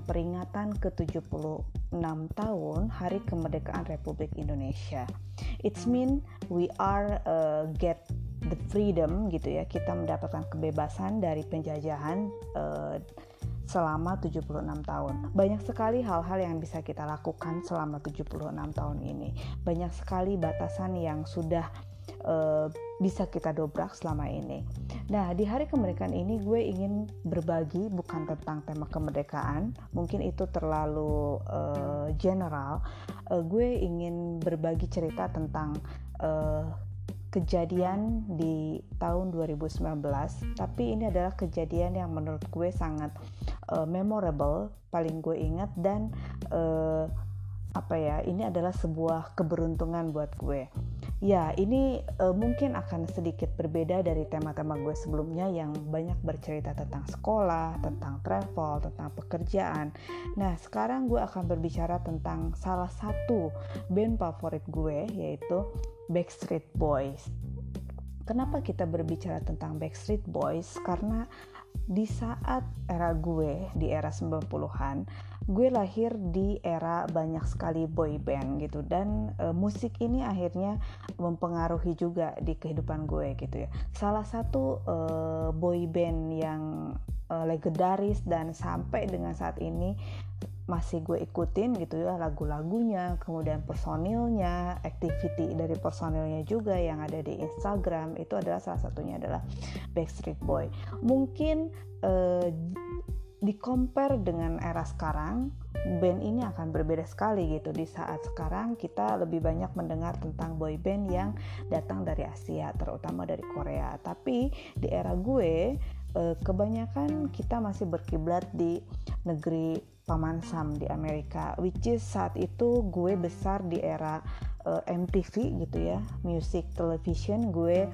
rangkaian peringatan ke-76 tahun Hari Kemerdekaan Republik Indonesia. It's mean we are get the freedom gitu ya. Kita mendapatkan kebebasan dari penjajahan selama 76 tahun. Banyak sekali hal-hal yang bisa kita lakukan selama 76 tahun ini. Banyak sekali batasan yang sudah bisa kita dobrak selama ini. Nah, di hari kemerdekaan ini gue ingin berbagi bukan tentang tema kemerdekaan, mungkin itu terlalu general. Gue ingin berbagi cerita tentang kejadian di tahun 2019, tapi ini adalah kejadian yang menurut gue sangat memorable, paling gue ingat, dan ini adalah sebuah keberuntungan buat gue. Ya, ini mungkin akan sedikit berbeda dari tema-tema gue sebelumnya yang banyak bercerita tentang sekolah, tentang travel, tentang pekerjaan. Nah, sekarang gue akan berbicara tentang salah satu band favorit gue, yaitu Backstreet Boys. Kenapa kita berbicara tentang Backstreet Boys? Karena di saat era gue, di era 90-an, gue lahir di era banyak sekali boy band gitu, dan musik ini akhirnya mempengaruhi juga di kehidupan gue gitu ya. Salah satu boy band yang legendaris dan sampai dengan saat ini masih gue ikutin gitu ya, lagu-lagunya, kemudian personilnya, activity dari personilnya juga yang ada di Instagram, itu adalah salah satunya adalah Backstreet Boy. Mungkin di compare dengan era sekarang, band ini akan berbeda sekali gitu. Di saat sekarang kita lebih banyak mendengar tentang boy band yang datang dari Asia, terutama dari Korea. Tapi di era gue, kebanyakan kita masih berkiblat di negeri Paman Sam di Amerika, which is saat itu gue besar di era MTV gitu ya, music television. Gue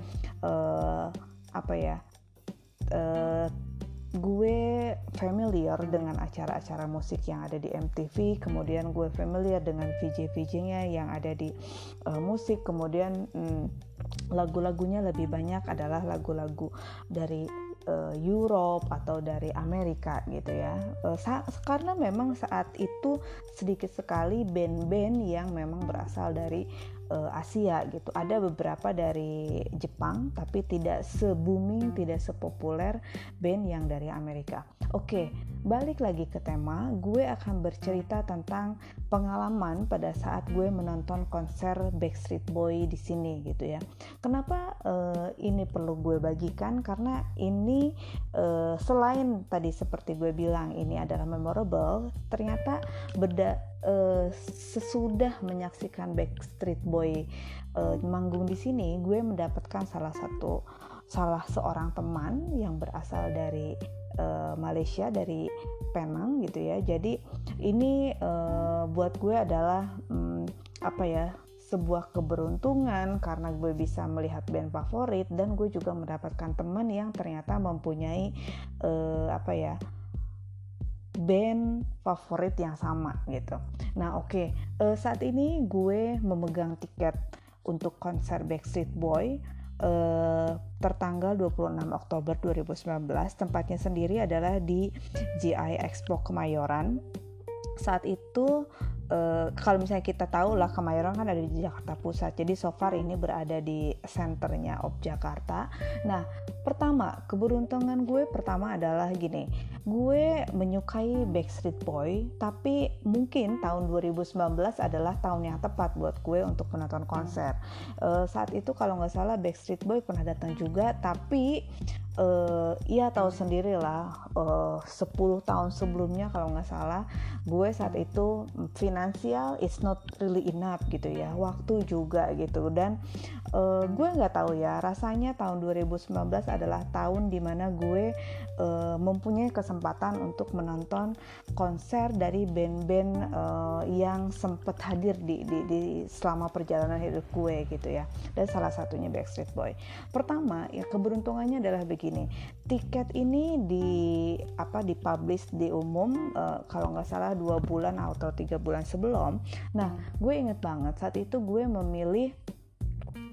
gue familiar dengan acara-acara musik yang ada di MTV, kemudian gue familiar dengan VJ-VJ-nya yang ada di musik, kemudian lagu-lagunya lebih banyak adalah lagu-lagu dari Europe atau dari Amerika gitu ya. Karena memang saat itu sedikit sekali band-band yang memang berasal dari Asia gitu. Ada beberapa dari Jepang, tapi tidak se-booming, tidak sepopuler band yang dari Amerika. Oke, balik lagi ke tema, gue akan bercerita tentang pengalaman pada saat gue menonton konser Backstreet Boy di sini gitu ya. Kenapa ini perlu gue bagikan? Karena ini selain tadi seperti gue bilang ini adalah memorable, ternyata sesudah menyaksikan Backstreet Boy manggung di sini, gue mendapatkan salah seorang teman yang berasal dari Malaysia, dari Penang gitu ya. Jadi ini buat gue adalah sebuah keberuntungan karena gue bisa melihat band favorit, dan gue juga mendapatkan teman yang ternyata mempunyai band favorit yang sama gitu. Nah saat ini gue memegang tiket untuk konser Backstreet Boy tertanggal 26 Oktober 2019. Tempatnya sendiri adalah di GI Expo Kemayoran. Saat itu kalau misalnya kita tahu lah, Kemayoran kan ada di Jakarta Pusat, jadi so far ini berada di senternya of Jakarta. Nah, keberuntungan gue pertama adalah gini, gue menyukai Backstreet Boy, tapi mungkin tahun 2019 adalah tahun yang tepat buat gue untuk menonton konser. Saat itu kalau nggak salah Backstreet Boy pernah datang juga, tapi ya tahu sendiri lah, 10 tahun sebelumnya kalau nggak salah, gue saat itu finansial it's not really enough gitu ya, waktu juga gitu, dan gue nggak tahu ya, rasanya tahun 2019 adalah tahun dimana gue mempunyai kesempatan untuk menonton konser dari band-band yang sempat hadir di selama perjalanan hidup gue gitu ya, dan salah satunya Backstreet Boy. Pertama ya, keberuntungannya adalah begini, tiket ini dipublish di umum kalau nggak salah 2 bulan atau 3 bulan sebelum. Nah, gue inget banget saat itu gue memilih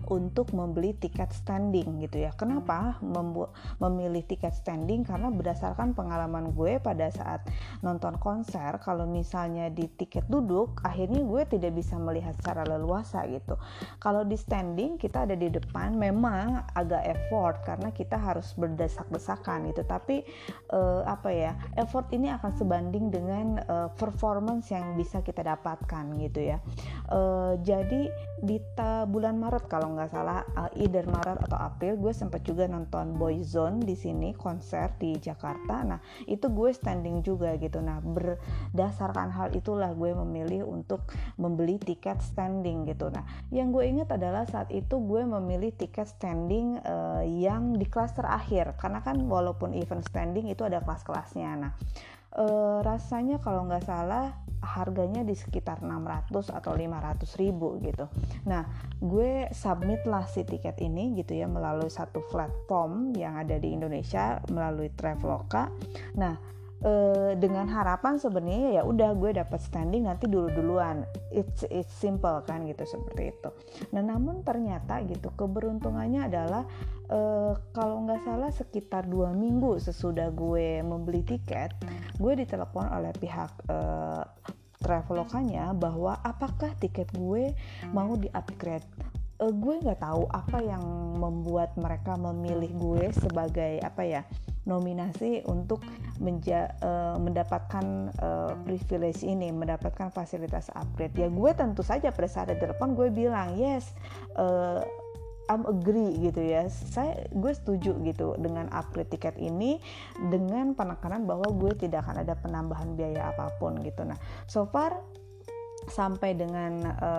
untuk membeli tiket standing gitu ya. Kenapa memilih tiket standing? Karena berdasarkan pengalaman gue pada saat nonton konser, kalau misalnya di tiket duduk, akhirnya gue tidak bisa melihat secara leluasa gitu. Kalau di standing kita ada di depan, memang agak effort karena kita harus berdesak-desakan gitu. Tapi effort ini akan sebanding dengan performance yang bisa kita dapatkan gitu ya. Jadi di bulan Maret kalau nggak salah, either Maret atau April, gue sempat juga nonton Boyzone di sini, konser di Jakarta. Nah itu gue standing juga gitu. Nah berdasarkan hal itulah gue memilih untuk membeli tiket standing gitu. Nah yang gue ingat adalah saat itu gue memilih tiket standing yang di kelas terakhir, karena kan walaupun event standing itu ada kelas-kelasnya. Nah rasanya kalau nggak salah harganya di sekitar 600 atau 500 ribu gitu. Nah gue submit lah si tiket ini gitu ya melalui satu platform yang ada di Indonesia, melalui Traveloka. Nah dengan harapan sebenarnya ya udah gue dapat standing nanti duluan, it's simple kan gitu, seperti itu. Nah namun ternyata gitu keberuntungannya adalah kalau nggak salah sekitar 2 minggu sesudah gue membeli tiket, gue ditelepon oleh pihak Travelokanya bahwa apakah tiket gue mau di-upgrade. Gue nggak tahu apa yang membuat mereka memilih gue sebagai nominasi untuk mendapatkan privilege ini, mendapatkan fasilitas upgrade. Ya gue tentu saja pada saat ada telepon gue bilang yes, I'm agree gitu ya. Gue setuju gitu dengan upgrade tiket ini, dengan penekanan bahwa gue tidak akan ada penambahan biaya apapun gitu. Nah, so far sampai dengan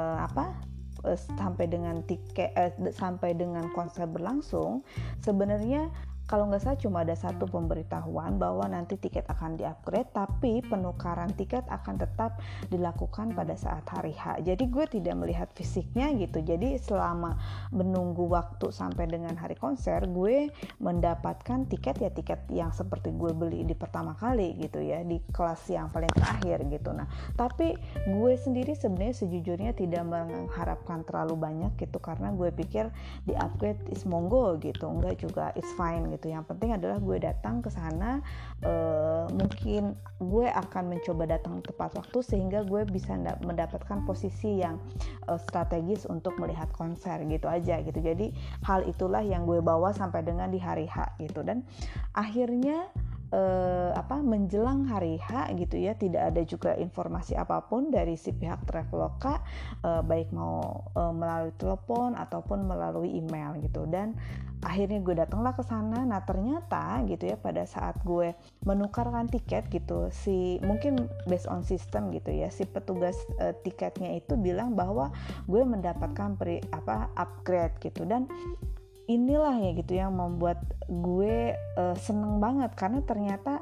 sampai dengan konser berlangsung, sebenarnya kalau nggak salah cuma ada satu pemberitahuan bahwa nanti tiket akan di-upgrade, tapi penukaran tiket akan tetap dilakukan pada saat hari H. Jadi gue tidak melihat fisiknya gitu. Jadi selama menunggu waktu sampai dengan hari konser, gue mendapatkan tiket yang seperti gue beli di pertama kali gitu ya, di kelas yang paling terakhir gitu. Nah, tapi gue sendiri sebenarnya sejujurnya tidak mengharapkan terlalu banyak gitu, karena gue pikir di-upgrade is monggo gitu, enggak juga it's fine gitu. Yang penting adalah gue datang ke sana, mungkin gue akan mencoba datang tepat waktu sehingga gue bisa mendapatkan posisi yang strategis untuk melihat konser gitu aja gitu. Jadi hal itulah yang gue bawa sampai dengan di hari H gitu. Dan akhirnya menjelang hari H gitu ya, tidak ada juga informasi apapun dari si pihak Traveloka, baik mau melalui telepon ataupun melalui email gitu. Dan akhirnya gue datanglah ke sana. Nah ternyata gitu ya, pada saat gue menukarkan tiket gitu, mungkin based on system gitu ya, si petugas tiketnya itu bilang bahwa gue mendapatkan upgrade gitu. Dan inilah ya gitu yang membuat gue seneng banget, karena ternyata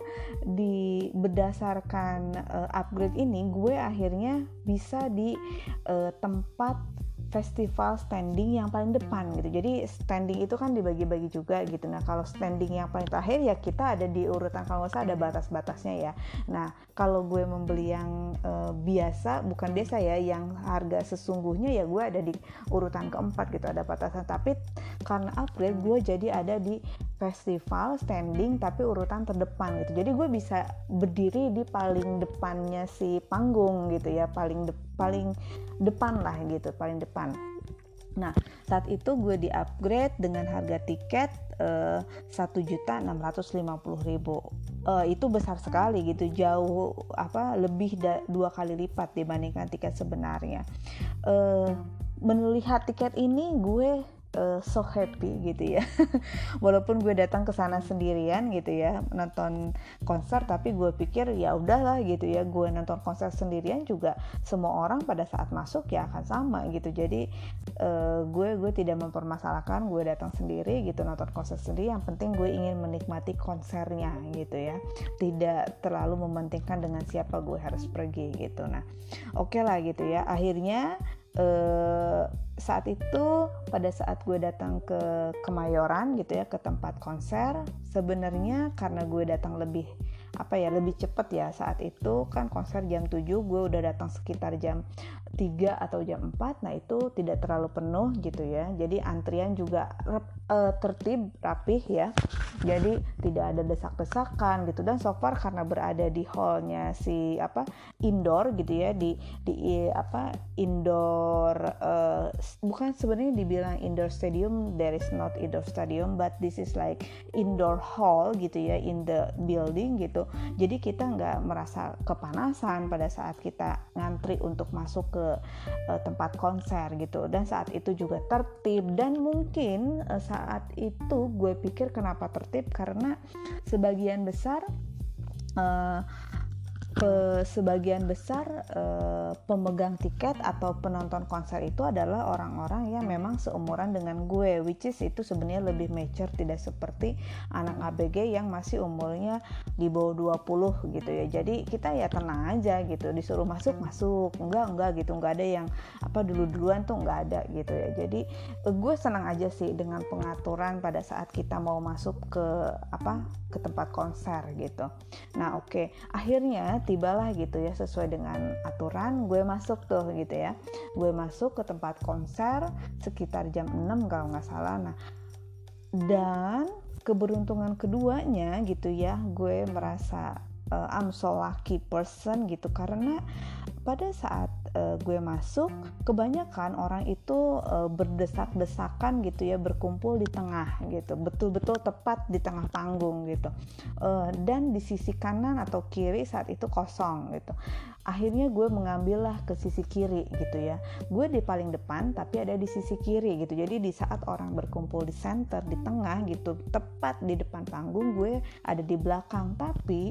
berdasarkan upgrade ini gue akhirnya bisa di tempat festival standing yang paling depan gitu. Jadi standing itu kan dibagi-bagi juga gitu. Nah kalau standing yang paling terakhir ya kita ada di urutan, kalau nggak salah ada batas-batasnya ya. Nah kalau gue membeli yang bukan biasa ya, yang harga sesungguhnya ya gue ada di urutan keempat gitu, ada batasan. Tapi karena upgrade gue jadi ada di festival standing tapi urutan terdepan gitu. Jadi gue bisa berdiri di paling depannya si panggung gitu ya, paling depan lah gitu, paling depan. Nah saat itu gue di upgrade dengan harga tiket 1.650.000. Itu besar sekali gitu, jauh lebih 2 kali lipat dibandingkan tiket sebenarnya. Melihat tiket ini gue so happy gitu ya. Walaupun gue datang ke sana sendirian gitu ya, nonton konser, tapi gue pikir ya udahlah gitu ya, gue nonton konser sendirian juga semua orang pada saat masuk ya akan sama gitu. Jadi gue tidak mempermasalahkan, gue datang sendiri gitu, nonton konser sendiri. Yang penting gue ingin menikmati konsernya gitu ya, tidak terlalu mementingkan dengan siapa gue harus pergi gitu. Nah oke lah gitu ya. Akhirnya saat itu pada saat gue datang ke Kemayoran gitu ya, ke tempat konser, sebenarnya karena gue datang lebih lebih cepet ya. Saat itu kan konser jam 7, gue udah datang sekitar jam 3 atau jam 4. Nah itu tidak terlalu penuh gitu ya, jadi antrian juga tertib rapih ya, jadi tidak ada desak-desakan gitu. Dan so far karena berada di hallnya indoor gitu ya, di indoor, bukan sebenarnya dibilang indoor stadium, there is not indoor stadium, but this is like indoor hall gitu ya, in the building gitu. Jadi kita nggak merasa kepanasan pada saat kita ngantri untuk masuk ke tempat konser gitu. Dan saat itu juga tertib, dan mungkin saat itu gue pikir kenapa tertib, karena sebagian besar pemegang tiket atau penonton konser itu adalah orang-orang yang memang seumuran dengan gue, which is itu sebenarnya lebih mature, tidak seperti anak ABG yang masih umurnya di bawah 20 gitu ya. Jadi kita ya tenang aja gitu, disuruh masuk, enggak gitu, enggak ada yang dulu-duluan tuh, enggak ada gitu ya. Jadi gue senang aja sih dengan pengaturan pada saat kita mau masuk ke tempat konser gitu. Nah oke, akhirnya tibalah gitu ya, sesuai dengan aturan gue masuk tuh gitu ya. Gue masuk ke tempat konser sekitar jam 6 kalau nggak salah. Nah, dan keberuntungan keduanya gitu ya, gue merasa I'm so lucky person gitu, karena pada saat gue masuk, kebanyakan orang itu berdesak-desakan gitu ya, berkumpul di tengah gitu, betul-betul tepat di tengah panggung gitu, dan di sisi kanan atau kiri saat itu kosong gitu. Akhirnya gue mengambillah ke sisi kiri gitu ya. Gue di paling depan tapi ada di sisi kiri gitu. Jadi di saat orang berkumpul di center, di tengah gitu, tepat di depan panggung, gue ada di belakang. Tapi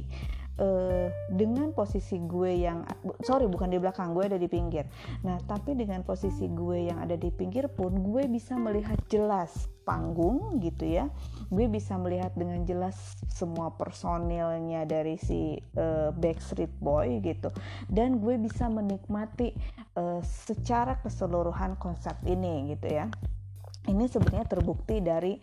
dengan posisi gue yang bukan di belakang, gue ada di pinggir. Nah tapi dengan posisi gue yang ada di pinggir pun, gue bisa melihat jelas panggung gitu ya. Gue bisa melihat dengan jelas semua personilnya dari si Backstreet Boy gitu, dan gue bisa menikmati secara keseluruhan konsep ini gitu ya. Ini sebenarnya terbukti dari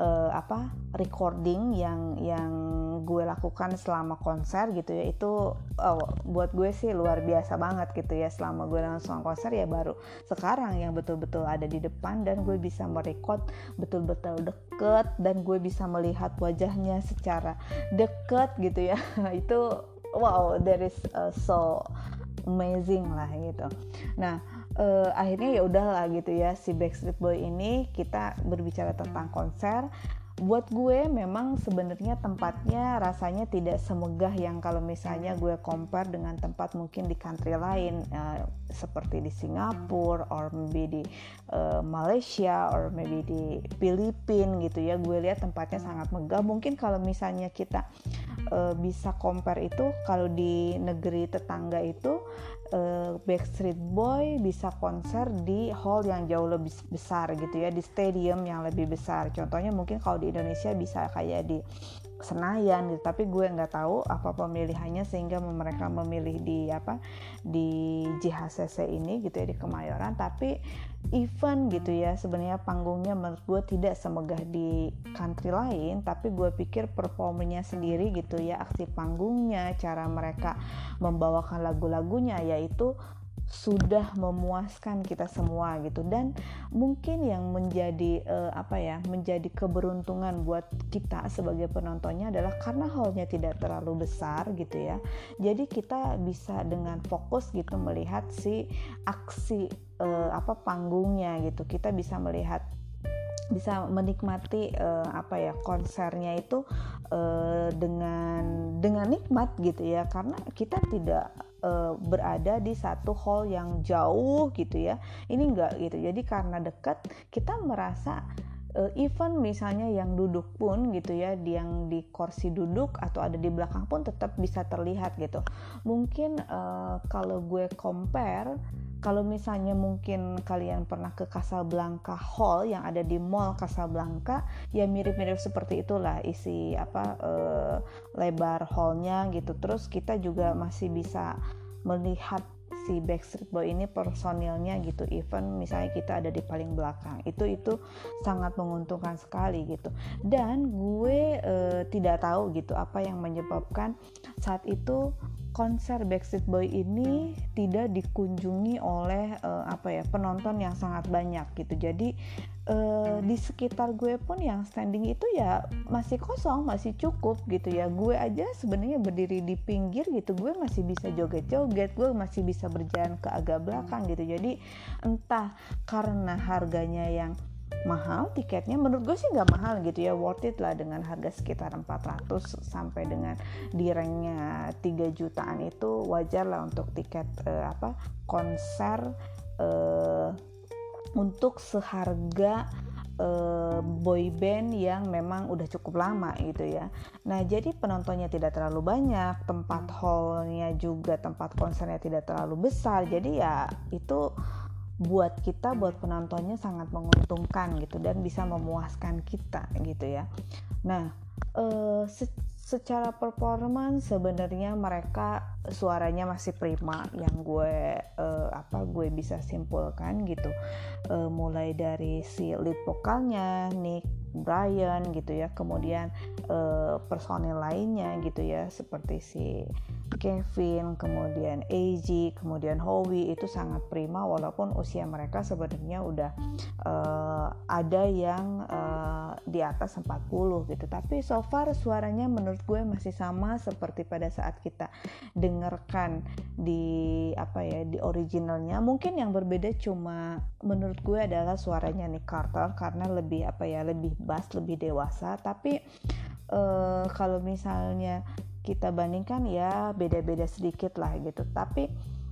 recording yang gue lakukan selama konser gitu ya. Itu buat gue sih luar biasa banget gitu ya. Selama gue langsung konser ya baru sekarang yang betul-betul ada di depan, dan gue bisa merecord betul-betul deket, dan gue bisa melihat wajahnya secara deket gitu ya. Itu wow, that is so amazing lah gitu. Nah akhirnya ya udahlah gitu ya, si Backstreet Boy ini kita berbicara tentang konser. Buat gue memang sebenarnya tempatnya rasanya tidak semegah yang kalau misalnya gue compare dengan tempat mungkin di country lain, seperti di Singapura or maybe di Malaysia or maybe di Filipina gitu ya. Gue lihat tempatnya sangat megah. Mungkin kalau misalnya kita bisa compare itu, kalau di negeri tetangga itu Backstreet Boy bisa konser di hall yang jauh lebih besar gitu ya, di stadium yang lebih besar. Contohnya mungkin kalau di Indonesia bisa kayak di Senayan gitu, tapi gue nggak tahu apa pemilihannya sehingga mereka memilih di JHCC ini gitu ya, di Kemayoran. Tapi event gitu ya, sebenarnya panggungnya menurut gue tidak semegah di country lain, tapi gue pikir performanya sendiri gitu ya, aksi panggungnya, cara mereka membawakan lagu-lagunya yaitu sudah memuaskan kita semua gitu. Dan mungkin yang menjadi menjadi keberuntungan buat kita sebagai penontonnya adalah karena hallnya tidak terlalu besar gitu ya, jadi kita bisa dengan fokus gitu melihat si aksi panggungnya gitu. Kita bisa melihat, bisa menikmati konsernya itu dengan nikmat gitu ya, karena kita tidak berada di satu hall yang jauh gitu ya. Ini enggak gitu. Jadi karena dekat, kita merasa even misalnya yang duduk pun gitu ya, yang di kursi duduk atau ada di belakang pun tetap bisa terlihat gitu. Mungkin kalau gue compare, kalau misalnya mungkin kalian pernah ke Casablanca Hall yang ada di Mall Casablanca, ya mirip-mirip seperti itulah isi lebar hallnya gitu. Terus kita juga masih bisa melihat si Backstreet Boy ini personilnya gitu, even misalnya kita ada di paling belakang, itu sangat menguntungkan sekali gitu. Dan gue tidak tahu gitu apa yang menyebabkan saat itu konser Backstreet Boy ini tidak dikunjungi oleh penonton yang sangat banyak gitu. Jadi di sekitar gue pun yang standing itu ya masih kosong, masih cukup gitu ya. Gue aja sebenarnya berdiri di pinggir gitu, gue masih bisa joget-joget, gue masih bisa berjalan ke agak belakang gitu. Jadi entah karena harganya yang mahal tiketnya, menurut gue sih nggak mahal gitu ya, worth it lah dengan harga sekitar 400 sampai dengan di ranknya 3 jutaan, itu wajar lah untuk tiket konser untuk seharga boy band yang memang udah cukup lama gitu ya. Nah jadi penontonnya tidak terlalu banyak, tempat hallnya juga, tempat konsernya tidak terlalu besar, jadi ya itu buat penontonnya sangat menguntungkan gitu dan bisa memuaskan kita gitu ya. Nah secara performance sebenarnya mereka suaranya masih prima yang gue bisa simpulkan gitu, mulai dari si lead vokalnya Nick Bryan gitu ya, kemudian personil lainnya gitu ya seperti si Kevin, kemudian AJ, kemudian Howie, itu sangat prima walaupun usia mereka sebenarnya udah ada yang di atas 40 gitu, tapi so far suaranya menurut gue masih sama seperti pada saat kita dengarkan di di originalnya. Mungkin yang berbeda cuma menurut gue adalah suaranya Nick Carter karena lebih lebih bass, lebih dewasa, tapi kalau misalnya kita bandingkan ya beda-beda sedikit lah gitu, tapi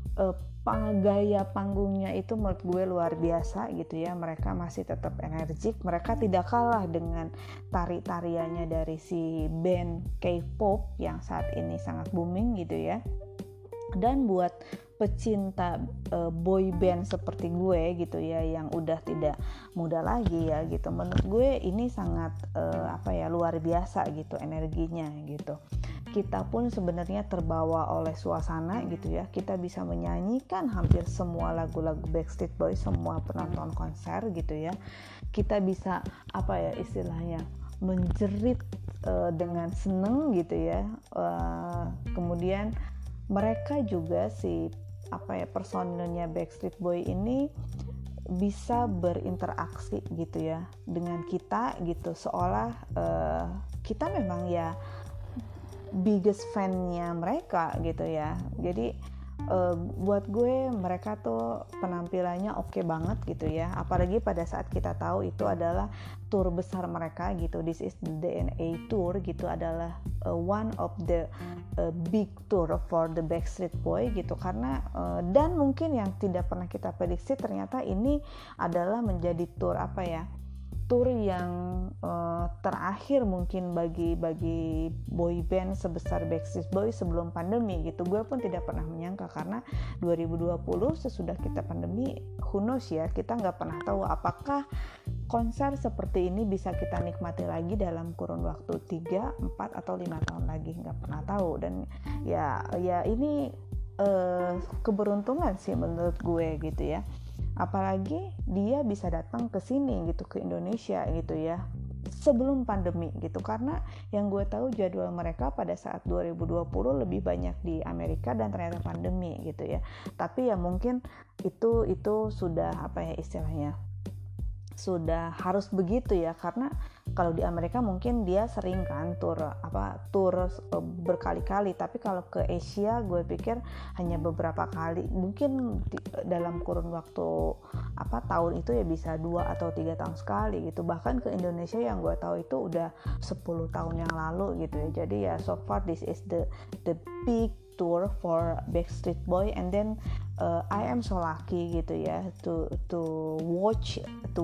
gaya panggungnya itu menurut gue luar biasa gitu ya. Mereka masih tetap energik, mereka tidak kalah dengan tari-tariannya dari si band K-pop yang saat ini sangat booming gitu ya. Dan buat pecinta boy band seperti gue gitu ya, yang udah tidak muda lagi ya gitu, menurut gue ini sangat luar biasa gitu energinya gitu. Kita pun sebenarnya terbawa oleh suasana gitu ya, kita bisa menyanyikan hampir semua lagu-lagu Backstreet Boys, semua penonton konser gitu ya. Kita bisa istilahnya menjerit dengan seneng gitu ya. Kemudian mereka juga si personilnya Backstreet Boy ini bisa berinteraksi gitu ya dengan kita gitu, seolah kita memang ya biggest fan-nya mereka gitu ya. Jadi buat gue mereka tuh penampilannya oke banget gitu ya, apalagi pada saat kita tahu itu adalah tour besar mereka gitu. This is the DNA tour gitu, adalah one of the big tour for the Backstreet Boy gitu, karena dan mungkin yang tidak pernah kita prediksi ternyata ini adalah menjadi tour tour yang terakhir mungkin bagi boy band sebesar Backstreet Boys sebelum pandemi gitu. Gue pun tidak pernah menyangka, karena 2020 sesudah kita pandemi, who knows ya, kita nggak pernah tahu apakah konser seperti ini bisa kita nikmati lagi dalam kurun waktu 3, 4 atau 5 tahun lagi, nggak pernah tahu. Dan ya ini keberuntungan sih menurut gue gitu ya, apalagi dia bisa datang ke sini gitu, ke Indonesia gitu ya sebelum pandemi gitu, karena yang gue tahu jadwal mereka pada saat 2020 lebih banyak di Amerika dan ternyata pandemi gitu ya. Tapi ya mungkin itu sudah istilahnya sudah harus begitu ya, karena kalau di Amerika mungkin dia sering kan tur berkali-kali, tapi kalau ke Asia gue pikir hanya beberapa kali, mungkin dalam kurun waktu tahun itu ya bisa 2 atau 3 tahun sekali gitu. Bahkan ke Indonesia yang gue tahu itu udah 10 tahun yang lalu gitu ya. Jadi ya so far this is the big tour for Backstreet Boy, and then I am so lucky gitu ya to watch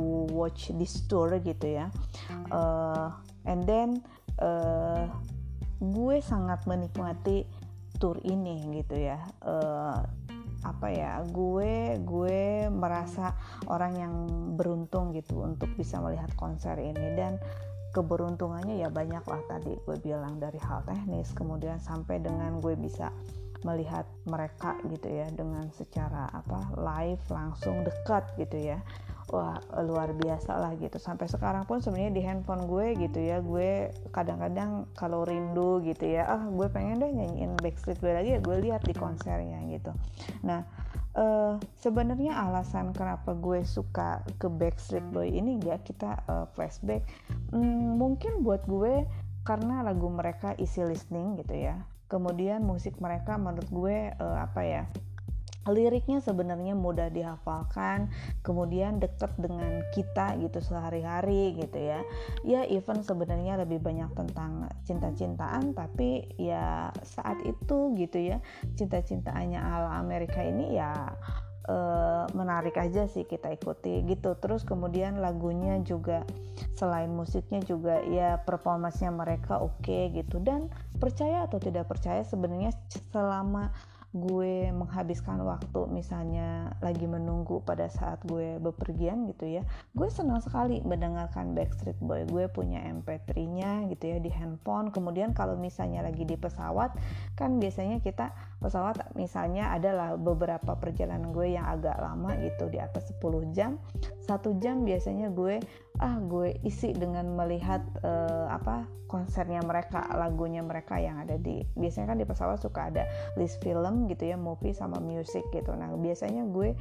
this tour gitu ya. And then gue sangat menikmati tour ini gitu ya. Gue merasa orang yang beruntung gitu untuk bisa melihat konser ini, dan keberuntungannya ya banyak lah, tadi gue bilang dari hal teknis, kemudian sampai dengan gue bisa melihat mereka gitu ya dengan secara live langsung dekat gitu ya. Wah, luar biasa lah gitu. Sampai sekarang pun sebenarnya di handphone gue gitu ya, gue kadang-kadang kalau rindu gitu ya, gue pengen deh nyanyiin Backstreet Boy lagi ya, gue lihat di konsernya gitu. Nah, sebenarnya alasan kenapa gue suka ke Backstreet Boy ini ya, kita flashback, mungkin buat gue karena lagu mereka easy listening gitu ya. Kemudian musik mereka menurut gue liriknya sebenarnya mudah dihafalkan, kemudian deket dengan kita gitu sehari-hari gitu ya. Ya even sebenarnya lebih banyak tentang cinta-cintaan, tapi ya saat itu gitu ya, cinta-cintaannya ala Amerika ini ya menarik aja sih kita ikuti gitu. Terus kemudian lagunya juga, selain musiknya juga ya performance-nya mereka oke gitu. Dan percaya atau tidak percaya, sebenarnya selama gue menghabiskan waktu misalnya lagi menunggu pada saat gue bepergian gitu ya, gue senang sekali mendengarkan Backstreet Boy. Gue punya MP3-nya gitu ya di handphone. Kemudian kalau misalnya lagi di pesawat, kan biasanya kita pesawat misalnya adalah beberapa perjalanan gue yang agak lama gitu, di atas 10 jam, 1 jam biasanya gue isi dengan melihat konsernya mereka, lagunya mereka yang ada di, biasanya kan di pesawat suka ada list film gitu ya, movie sama music gitu. Nah biasanya gue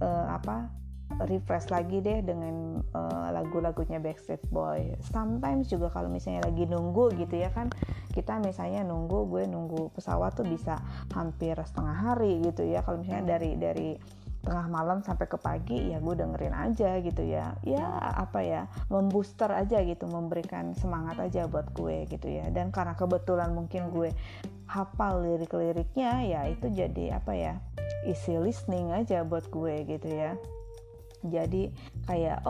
refresh lagi deh dengan lagu-lagunya Backstreet Boy. Sometimes juga kalau misalnya lagi nunggu gitu ya kan, kita misalnya gue nunggu pesawat tuh bisa hampir setengah hari gitu ya. Kalau misalnya dari tengah malam sampai ke pagi, ya gue dengerin aja gitu ya, membooster aja gitu, memberikan semangat aja buat gue gitu ya. Dan karena kebetulan mungkin gue hafal lirik-liriknya, ya itu jadi easy listening aja buat gue gitu ya. Jadi kayak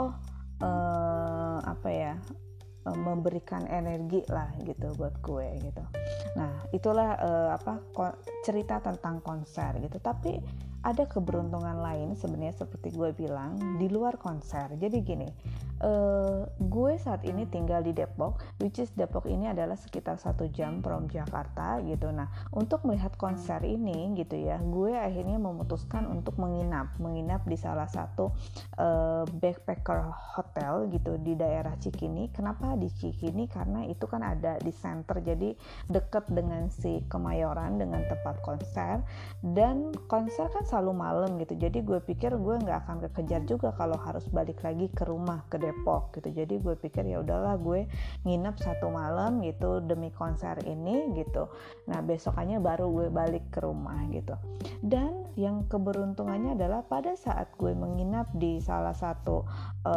memberikan energi lah gitu buat gue gitu. Nah itulah cerita tentang konser gitu. Tapi ada keberuntungan lain sebenarnya, seperti gue bilang, di luar konser. Jadi gini, gue saat ini tinggal di Depok, which is Depok ini adalah sekitar 1 jam from Jakarta gitu. Nah untuk melihat konser ini gitu ya, gue akhirnya memutuskan untuk menginap di salah satu backpacker hotel gitu di daerah Cikini. Kenapa di Cikini? Karena itu kan ada di center, jadi deket dengan si Kemayoran, dengan tempat konser. Dan konser kan selalu malam gitu, jadi gue pikir gue nggak akan kekejar juga kalau harus balik lagi ke rumah ke Depok gitu. Jadi gue pikir ya udahlah, gue nginep 1 malam gitu demi konser ini gitu. Nah besokannya baru gue balik ke rumah gitu. Dan yang keberuntungannya adalah pada saat gue menginap di salah satu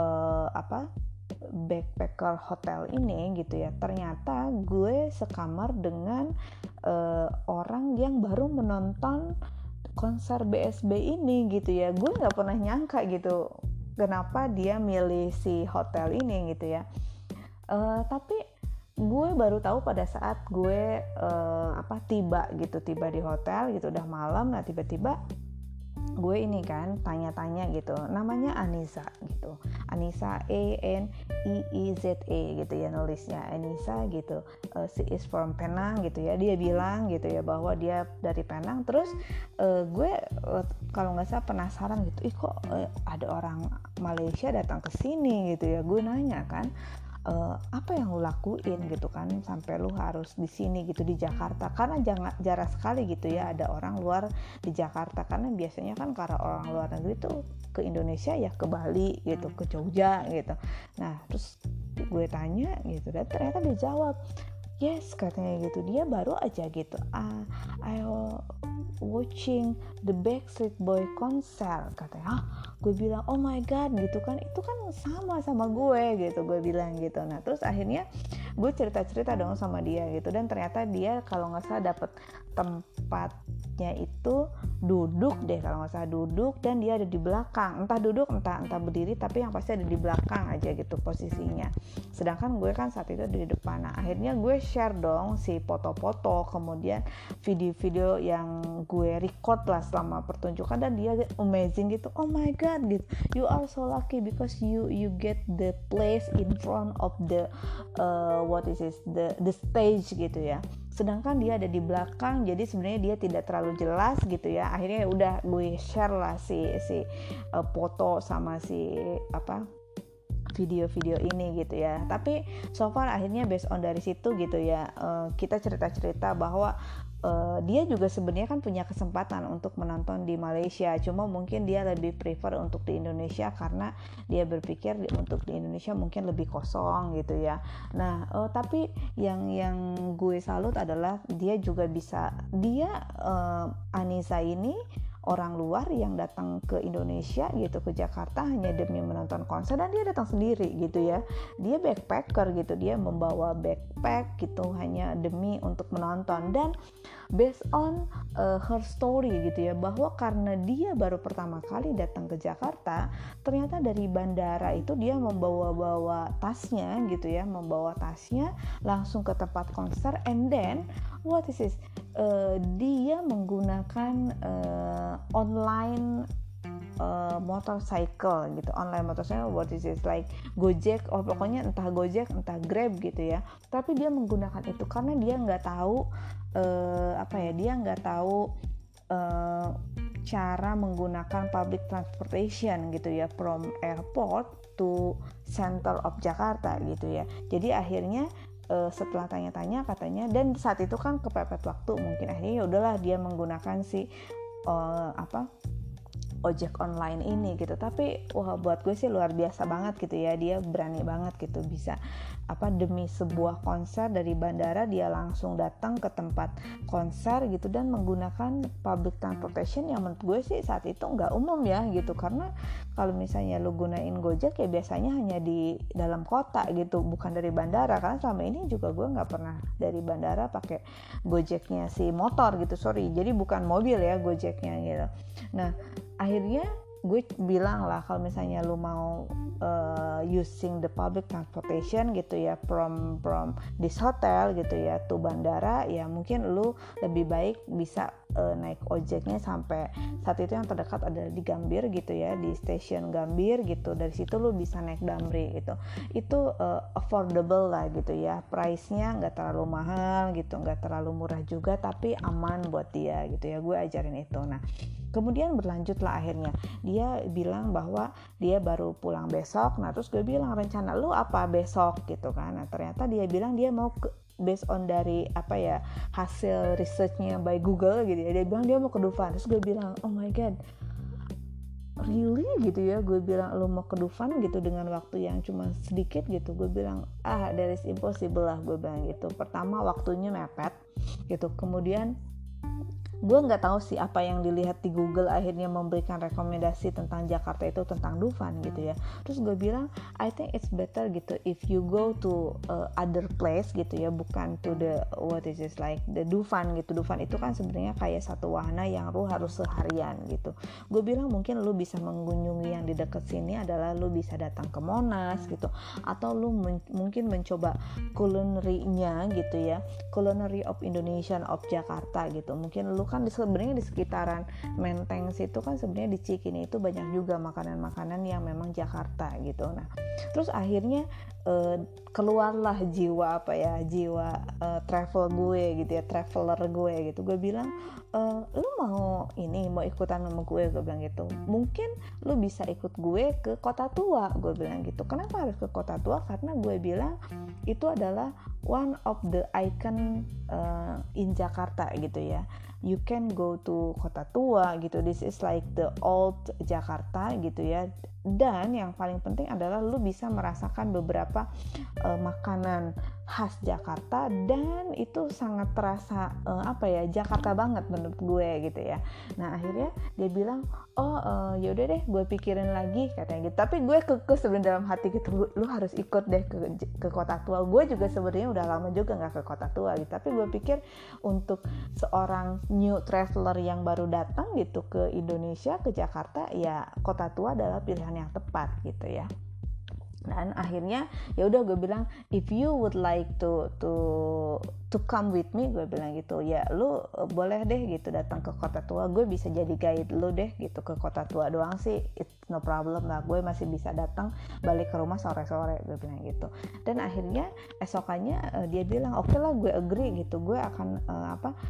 backpacker hotel ini gitu ya, ternyata gue sekamar dengan orang yang baru menonton konser BSB ini gitu ya. Gue nggak pernah nyangka gitu kenapa dia milih si hotel ini gitu ya. Tapi gue baru tahu pada saat gue tiba di hotel gitu, udah malam. Nah tiba-tiba gue ini kan tanya-tanya gitu, namanya Anissa gitu, Anissa ANIIZA gitu ya nulisnya, Anissa gitu. She is from Penang gitu ya, dia bilang gitu ya bahwa dia dari Penang. Terus gue kalau nggak salah penasaran gitu, kok ada orang Malaysia datang ke sini gitu ya. Gue nanya kan, apa yang lu lakuin gitu kan sampai lu harus di sini gitu di Jakarta, karena jarang sekali gitu ya ada orang luar di Jakarta, karena biasanya kan karena orang luar negeri tuh ke Indonesia ya ke Bali gitu, ke Jogja gitu. Nah terus gue tanya gitu, dan ternyata dia jawab yes katanya gitu, dia baru aja gitu I watching the Backstreet Boy konser katanya. Gue bilang oh my god gitu kan, itu kan sama gue gitu, gue bilang gitu. Nah terus akhirnya gue cerita dong sama dia gitu, dan ternyata dia kalau nggak salah dapet tempatnya itu duduk deh, kalau nggak salah duduk, dan dia ada di belakang, entah duduk entah berdiri, tapi yang pasti ada di belakang aja gitu posisinya. Sedangkan gue kan saat itu ada di depan. Nah akhirnya gue share dong si foto-foto, kemudian video-video yang gue record lah selama pertunjukan, dan dia amazing gitu, oh my god gitu, you are so lucky because you get the place in front of the the stage gitu ya. Sedangkan dia ada di belakang, jadi sebenarnya dia tidak terlalu terlalu jelas gitu ya. Akhirnya ya udah gue share lah si foto sama si video-video ini gitu ya. Tapi so far akhirnya based on dari situ gitu ya, kita cerita-cerita bahwa dia juga sebenarnya kan punya kesempatan untuk menonton di Malaysia, cuma mungkin dia lebih prefer untuk di Indonesia karena dia berpikir untuk di Indonesia mungkin lebih kosong gitu ya. Nah tapi yang gue salut adalah dia juga bisa, Anissa ini orang luar yang datang ke Indonesia gitu, ke Jakarta hanya demi menonton konser, dan dia datang sendiri gitu ya. Dia backpacker gitu, dia membawa backpack gitu hanya demi untuk menonton. Dan based on her story gitu ya, bahwa karena dia baru pertama kali datang ke Jakarta, ternyata dari bandara itu dia membawa tasnya gitu ya, langsung ke tempat konser, and then what is this? Dia menggunakan online motorcycle gitu, what is it, like Gojek, pokoknya entah Gojek entah Grab gitu ya. Tapi dia menggunakan itu karena dia nggak tahu cara menggunakan public transportation gitu ya, from airport to center of Jakarta gitu ya. Jadi akhirnya setelah tanya-tanya katanya, dan saat itu kan kepepet waktu, mungkin akhirnya ya udahlah dia menggunakan si ojek online ini gitu. Tapi wah, buat gue sih luar biasa banget gitu ya, dia berani banget gitu, bisa demi sebuah konser dari bandara dia langsung datang ke tempat konser gitu, dan menggunakan public transportation yang menurut gue sih saat itu nggak umum ya gitu. Karena kalau misalnya lu gunain Gojek ya biasanya hanya di dalam kota gitu, bukan dari bandara. Karena selama ini juga gue nggak pernah dari bandara pakai Gojeknya si motor gitu, jadi bukan mobil ya Gojeknya gitu. Nah akhirnya gue bilang lah, kalau misalnya lu mau using the public transportation gitu ya, from this hotel gitu ya to bandara, ya mungkin lu lebih baik bisa naik ojeknya sampai, saat itu yang terdekat ada di Gambir gitu ya, di stasiun Gambir gitu. Dari situ lu bisa naik Damri gitu. Itu affordable lah gitu ya, price-nya nggak terlalu mahal gitu, nggak terlalu murah juga, tapi aman buat dia gitu ya. Gue ajarin itu. Nah kemudian berlanjutlah, akhirnya dia bilang bahwa dia baru pulang besok. Nah terus gue bilang, rencana lu apa besok gitu kan. Nah ternyata dia bilang dia mau based on dari hasil researchnya by Google gitu ya, dia bilang dia mau ke Dufan. Terus gue bilang, oh my god, really gitu ya. Gue bilang, lu mau ke Dufan gitu dengan waktu yang cuma sedikit gitu. Gue bilang, that is impossible lah, gue bilang gitu. Pertama waktunya mepet gitu, kemudian gue nggak tahu sih apa yang dilihat di Google akhirnya memberikan rekomendasi tentang Jakarta itu, tentang Dufan gitu ya. Terus gue bilang, I think it's better gitu if you go to other place gitu ya, bukan to the the Dufan gitu. Dufan itu kan sebenarnya kayak satu wahana yang lu harus seharian gitu. Gue bilang mungkin lu bisa mengunjungi yang di dekat sini adalah lu bisa datang ke Monas gitu, atau lu mungkin mencoba culinary-nya gitu ya, culinary of Indonesia of Jakarta gitu. Mungkin lu kan sebenarnya di sekitaran Menteng situ kan, sebenarnya di Cikini itu banyak juga makanan-makanan yang memang Jakarta gitu. Nah terus akhirnya keluarlah jiwa travel gue gitu ya, traveler gue gitu. Gue bilang, lu mau ikutan sama gue bilang gitu. Mungkin lu bisa ikut gue ke Kota Tua, gue bilang gitu. Kenapa harus ke Kota Tua? Karena gue bilang itu adalah one of the icon in Jakarta gitu ya. You can go to Kota Tua gitu. This is like the old Jakarta gitu ya. Dan yang paling penting adalah lu bisa merasakan beberapa makanan khas Jakarta, dan itu sangat terasa Jakarta banget menurut gue gitu ya. Nah akhirnya dia bilang, yaudah deh gue pikirin lagi katanya gitu. Tapi gue kekeh sebenarnya dalam hati gitu, lu harus ikut deh ke Kota Tua. Gue juga sebenarnya udah lama juga nggak ke Kota Tua gitu, tapi gue pikir untuk seorang new traveler yang baru datang gitu ke Indonesia, ke Jakarta, ya Kota Tua adalah pilihan yang tepat gitu ya. Dan akhirnya ya udah gue bilang, if you would like to come with me, gue bilang gitu ya, lu boleh deh gitu datang ke Kota Tua, gue bisa jadi guide lu deh gitu. Ke Kota Tua doang sih it's no problem lah, gue masih bisa datang balik ke rumah sore-sore, gue bilang gitu. Dan akhirnya esokannya dia bilang oke lah, gue agree gitu, gue akan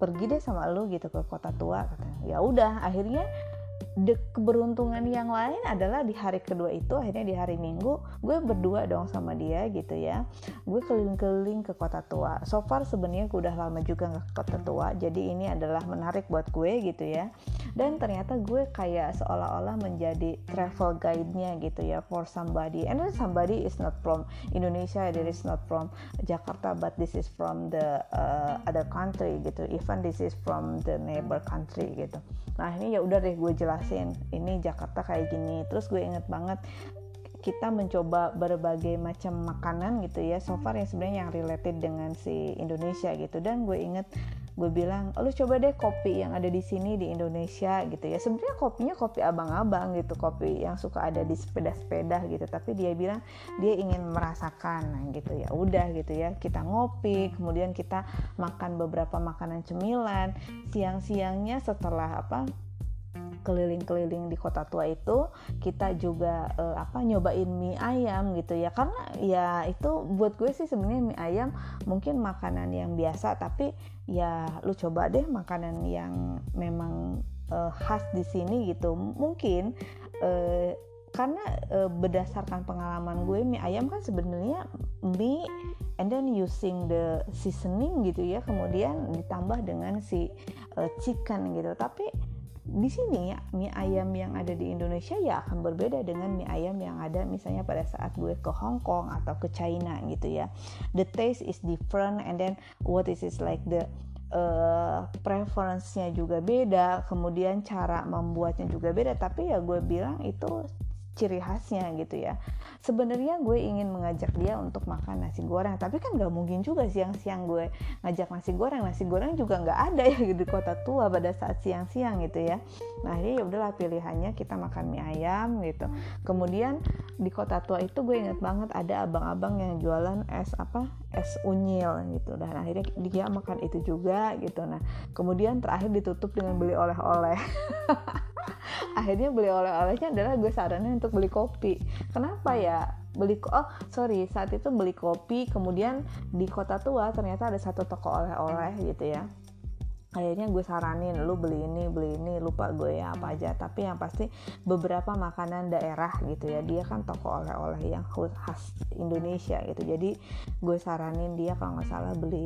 pergi deh sama lu gitu ke kota tua katanya. Ya udah, akhirnya keberuntungan yang lain adalah di hari kedua itu, akhirnya di hari Minggu gue berdua dong sama dia gitu ya, gue keliling-keliling ke kota tua. So far sebenarnya gue udah lama juga nggak ke kota tua, jadi ini adalah menarik buat gue gitu ya. Dan ternyata gue kayak seolah-olah menjadi travel guide-nya gitu ya for somebody, and then somebody is not from Indonesia, there is not from Jakarta, but this is from the other country gitu, even this is from the neighbor country gitu. Nah ini ya udah deh gue jelasin, ini Jakarta kayak gini. Terus gue inget banget kita mencoba berbagai macam makanan gitu ya, so far yang sebenarnya yang related dengan si Indonesia gitu. Dan gue inget gue bilang, lu coba deh kopi yang ada di sini di Indonesia gitu ya. Sebenarnya kopinya kopi abang-abang gitu, kopi yang suka ada di sepeda-sepeda gitu, tapi dia bilang dia ingin merasakan gitu. Ya udah gitu ya, kita ngopi, kemudian kita makan beberapa makanan cemilan. Siang-siangnya setelah keliling-keliling di kota tua itu, kita juga nyobain mie ayam gitu ya, karena ya itu buat gue sih sebenarnya mie ayam mungkin makanan yang biasa, tapi ya lu coba deh makanan yang memang khas di sini gitu. Mungkin karena berdasarkan pengalaman gue, mie ayam kan sebenarnya mie and then using the seasoning gitu ya, kemudian ditambah dengan si chicken gitu. Tapi di sini ya, mie ayam yang ada di Indonesia ya akan berbeda dengan mie ayam yang ada misalnya pada saat gue ke Hong Kong atau ke China gitu ya. The taste is different, and then what is like the preference-nya juga beda, kemudian cara membuatnya juga beda. Tapi ya gue bilang itu ciri khasnya gitu ya. Sebenarnya gue ingin mengajak dia untuk makan nasi goreng, tapi kan nggak mungkin juga siang-siang gue ngajak nasi goreng juga nggak ada ya di kota tua pada saat siang-siang gitu ya. Nah ini ya udahlah pilihannya kita makan mie ayam gitu. Kemudian di kota tua itu gue inget banget ada abang-abang yang jualan es unyil gitu, dan akhirnya dia makan itu juga gitu. Nah kemudian terakhir ditutup dengan beli oleh-oleh. Akhirnya beli oleh-olehnya adalah gue saranin untuk beli kopi. Kenapa ya? Saat itu beli kopi, kemudian di kota tua ternyata ada satu toko oleh-oleh gitu ya. Akhirnya gue saranin, lu beli ini, lupa gue ya apa aja, tapi yang pasti beberapa makanan daerah gitu ya. Dia kan toko oleh-oleh yang khas Indonesia gitu. Jadi gue saranin dia kalau nggak salah beli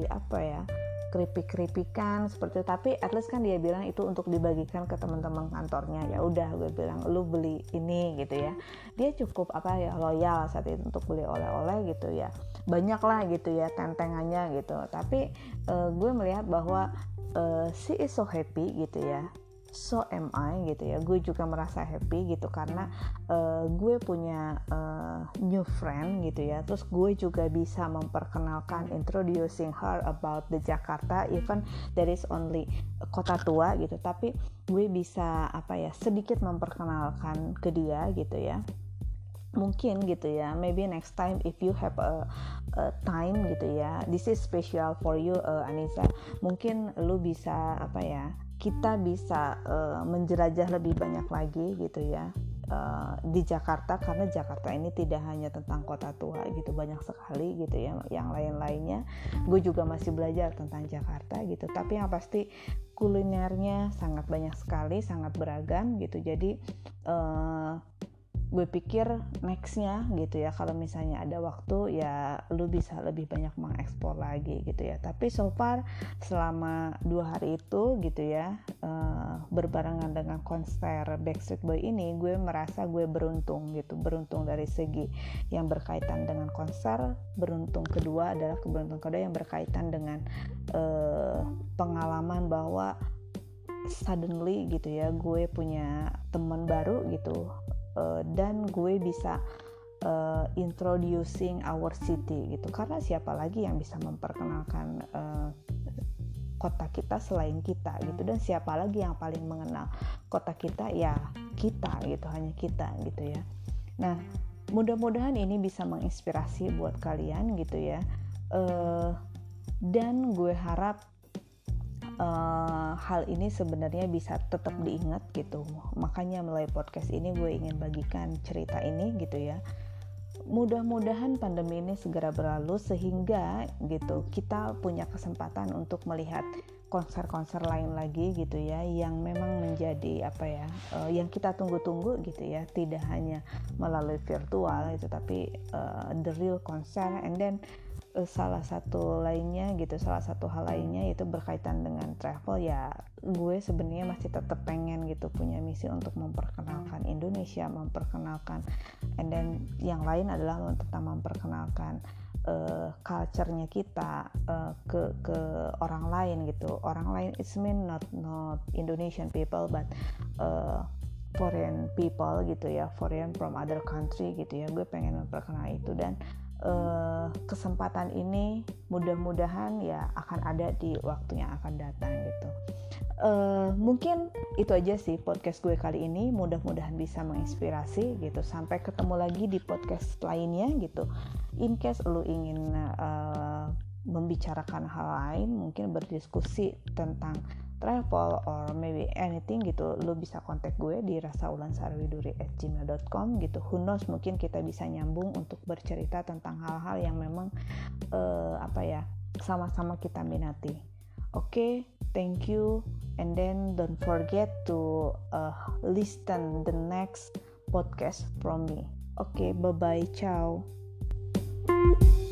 keripik-keripikan seperti itu, tapi at least kan dia bilang itu untuk dibagikan ke teman-teman kantornya. Ya udah gue bilang lu beli ini gitu ya. Dia cukup loyal saat itu untuk beli oleh-oleh gitu ya. Banyak lah gitu ya tentengannya gitu. Tapi gue melihat bahwa she is so happy gitu ya. So am I gitu ya. Gue juga merasa happy gitu karena gue punya new friend gitu ya. Terus gue juga bisa memperkenalkan, introducing her about the Jakarta, even there is only kota tua gitu, tapi gue bisa sedikit memperkenalkan ke dia gitu ya. Mungkin gitu ya, maybe next time if you have a time gitu ya, this is special for you Anissa, mungkin lu bisa kita bisa menjelajah lebih banyak lagi gitu ya di Jakarta, karena Jakarta ini tidak hanya tentang kota tua gitu, banyak sekali gitu ya yang lain-lainnya. Gue juga masih belajar tentang Jakarta gitu, tapi yang pasti kulinernya sangat banyak sekali, sangat beragam gitu. Jadi gue pikir nextnya gitu ya, kalau misalnya ada waktu ya lu bisa lebih banyak mengeksplor lagi gitu ya. Tapi so far selama 2 hari itu gitu ya, berbarengan dengan konser Backstreet Boy ini, gue merasa gue beruntung gitu. Beruntung dari segi yang berkaitan dengan konser, beruntung kedua yang berkaitan dengan pengalaman bahwa suddenly gitu ya gue punya teman baru gitu. Dan gue bisa introducing our city gitu, karena siapa lagi yang bisa memperkenalkan kota kita selain kita gitu, dan siapa lagi yang paling mengenal kota kita ya kita gitu, hanya kita gitu ya. Nah mudah-mudahan ini bisa menginspirasi buat kalian gitu ya, dan gue harap hal ini sebenarnya bisa tetap diingat gitu. Makanya melalui podcast ini gue ingin bagikan cerita ini gitu ya. Mudah-mudahan pandemi ini segera berlalu sehingga gitu kita punya kesempatan untuk melihat konser-konser lain lagi gitu ya, yang memang menjadi yang kita tunggu-tunggu gitu ya, tidak hanya melalui virtual itu, tapi the real konser. And then salah satu hal lainnya itu berkaitan dengan travel ya. Gue sebenarnya masih tetap pengen gitu punya misi untuk memperkenalkan Indonesia, and then yang lain adalah tentang memperkenalkan culture-nya kita ke orang lain gitu. Orang lain it's mean not Indonesian people but foreign people gitu ya, foreign from other country gitu ya. Gue pengen memperkenalkan itu, dan kesempatan ini mudah-mudahan ya akan ada di waktu yang akan datang gitu. Mungkin itu aja sih podcast gue kali ini, mudah-mudahan bisa menginspirasi gitu. Sampai ketemu lagi di podcast lainnya gitu. In case lu ingin membicarakan hal lain, mungkin berdiskusi tentang travel or maybe anything gitu, lu bisa kontak gue di rasaulansarawiduri@gmail.com gitu. Who knows, mungkin kita bisa nyambung untuk bercerita tentang hal-hal yang memang sama-sama kita minati. Oke, thank you, and then don't forget to listen the next podcast from me. Oke, bye bye, ciao.